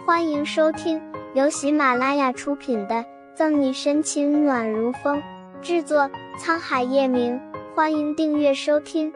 欢迎收听由喜马拉雅出品的《赠你深情暖如风》，制作沧海夜明。欢迎订阅收听。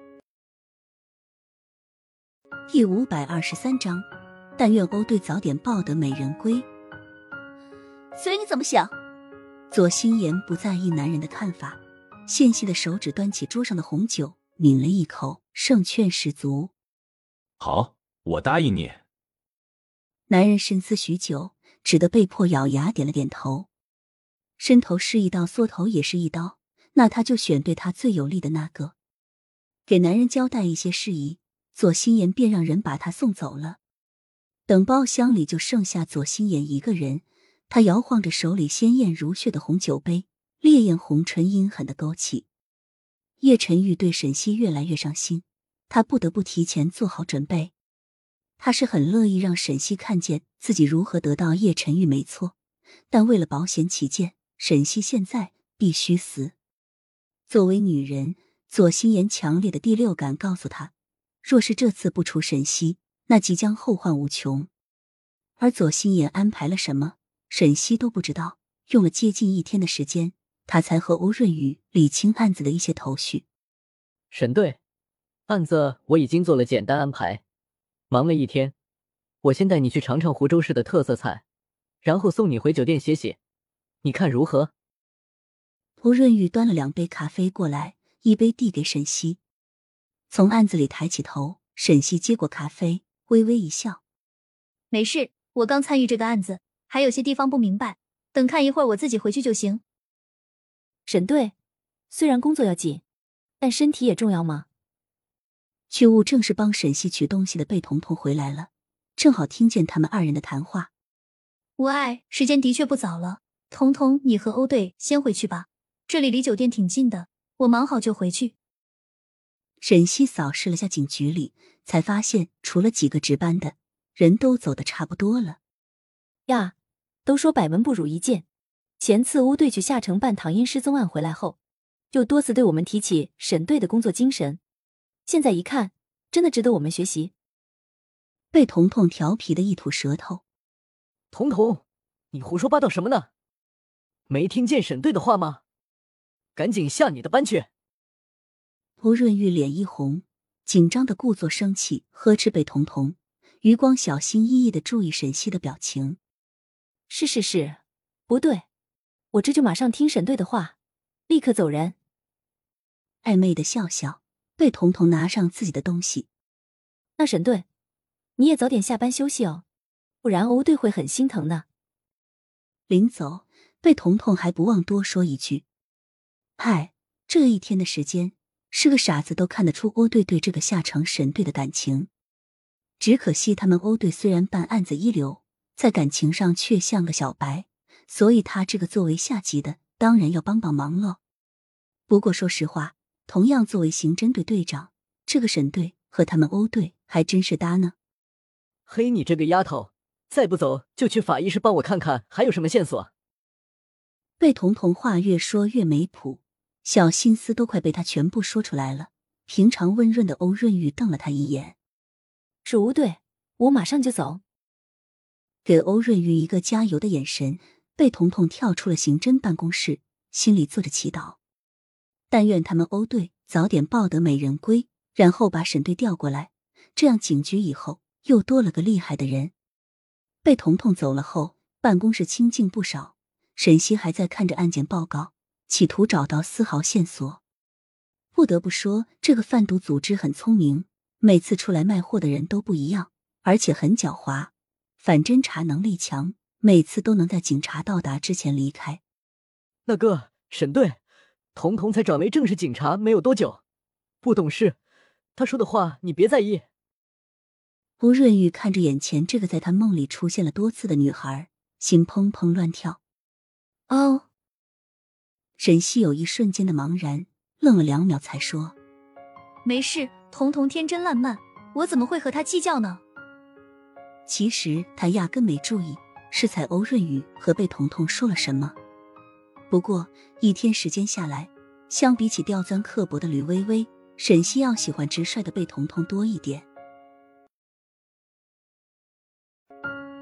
第523章，但愿欧队早点抱得美人归。 随你怎么想。 左心言不在意男人的看法，纤细的手指端起桌上的红酒，抿了一口，胜券十足。 好，我答应你。 男人深思许久，只得被迫咬牙点了点头。伸头是一刀，缩头也是一刀，那他就选对他最有利的那个。给男人交代一些事宜，左心言便让人把他送走了。等包厢里就剩下左心言一个人，他摇晃着手里鲜艳如血的红酒杯，烈焰红唇阴狠地勾起。叶晨玉对沈西越来越上心，他不得不提前做好准备。他是很乐意让沈西看见自己如何得到叶晨玉，没错，但为了保险起见，沈西现在必须死。作为女人，左心言强烈的第六感告诉他，若是这次不除沈西，那即将后患无穷。而左心言安排了什么，沈西都不知道，用了接近1天的时间，他才和欧润宇理清案子的一些头绪。 沈队，案子我已经做了简单安排，忙了1天，我先带你去尝尝湖州市的特色菜，然后送你回酒店歇歇，你看如何？ 欧润宇端了2杯咖啡过来，一杯递给沈西。从案子里抬起头，沈西接过咖啡，微微一笑。 没事，我刚参与这个案子，还有些地方不明白，等看一会儿我自己回去就行。 沈队，虽然工作要紧，但身体也重要吗？ 去务正是帮沈西取东西的贝彤彤回来了，正好听见他们2人的谈话。 无碍，时间的确不早了，彤彤你和欧队先回去吧，这里离酒店挺近的，我忙好就回去。 沈西扫视了下警局里，才发现除了几个值班的人都走得差不多了。 呀，都说百闻不如一见，前次欧队去下城办唐嫣失踪案回来后，就多次对我们提起沈队的工作精神，现在一看，真的值得我们学习。 贝彤彤调皮的一吐舌头。 彤彤，你胡说八道什么呢？没听见沈队的话吗？赶紧下你的班去。 欧润玉脸一红，紧张的故作生气，呵斥贝彤彤，余光小心翼翼地注意沈西的表情。 是，不对，我这就马上听沈队的话，立刻走人。 暧昧的笑笑，贝彤彤拿上自己的东西。 那沈队，你也早点下班休息哦，不然欧队会很心疼的。 临走，贝彤彤还不忘多说一句：嗨，这1天的时间，是个傻子都看得出欧队对这个下城沈队的感情。只可惜他们欧队虽然办案子一流，在感情上却像个小白，所以他这个作为下级的当然要帮帮忙了。不过说实话，同样作为刑侦队队长，这个沈队和他们欧队还真是搭呢。 嘿，你这个丫头，再不走就去法医室帮我看看还有什么线索。 贝彤彤话越说越没谱，小心思都快被他全部说出来了。平常温润的欧润玉瞪了他一眼。 是欧队，我马上就走。 给欧润玉一个加油的眼神，贝彤彤跳出了刑侦办公室，心里做着祈祷。但愿他们欧队早点抱得美人归，然后把沈队调过来，这样警局以后又多了个厉害的人。贝彤彤走了后，办公室清静不少，沈西还在看着案件报告，企图找到丝毫线索。不得不说，这个贩毒组织很聪明，每次出来卖货的人都不一样，而且很狡猾，反侦查能力强，每次都能在警察到达之前离开。 那个沈队，彤彤才转为正式警察没有多久，不懂事，他说的话你别在意。 吴润玉看着眼前这个在他梦里出现了多次的女孩，心砰砰乱跳。 哦， 沈西有一瞬间的茫然，愣了2秒才说： 没事，彤彤天真烂漫，我怎么会和他计较呢？ 其实他压根没注意是才欧润宇和贝彤彤说了什么。不过1天时间下来，相比起刁钻刻薄的吕薇薇，沈西要喜欢直率的贝彤彤多一点。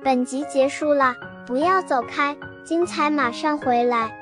本集结束了，不要走开，精彩马上回来。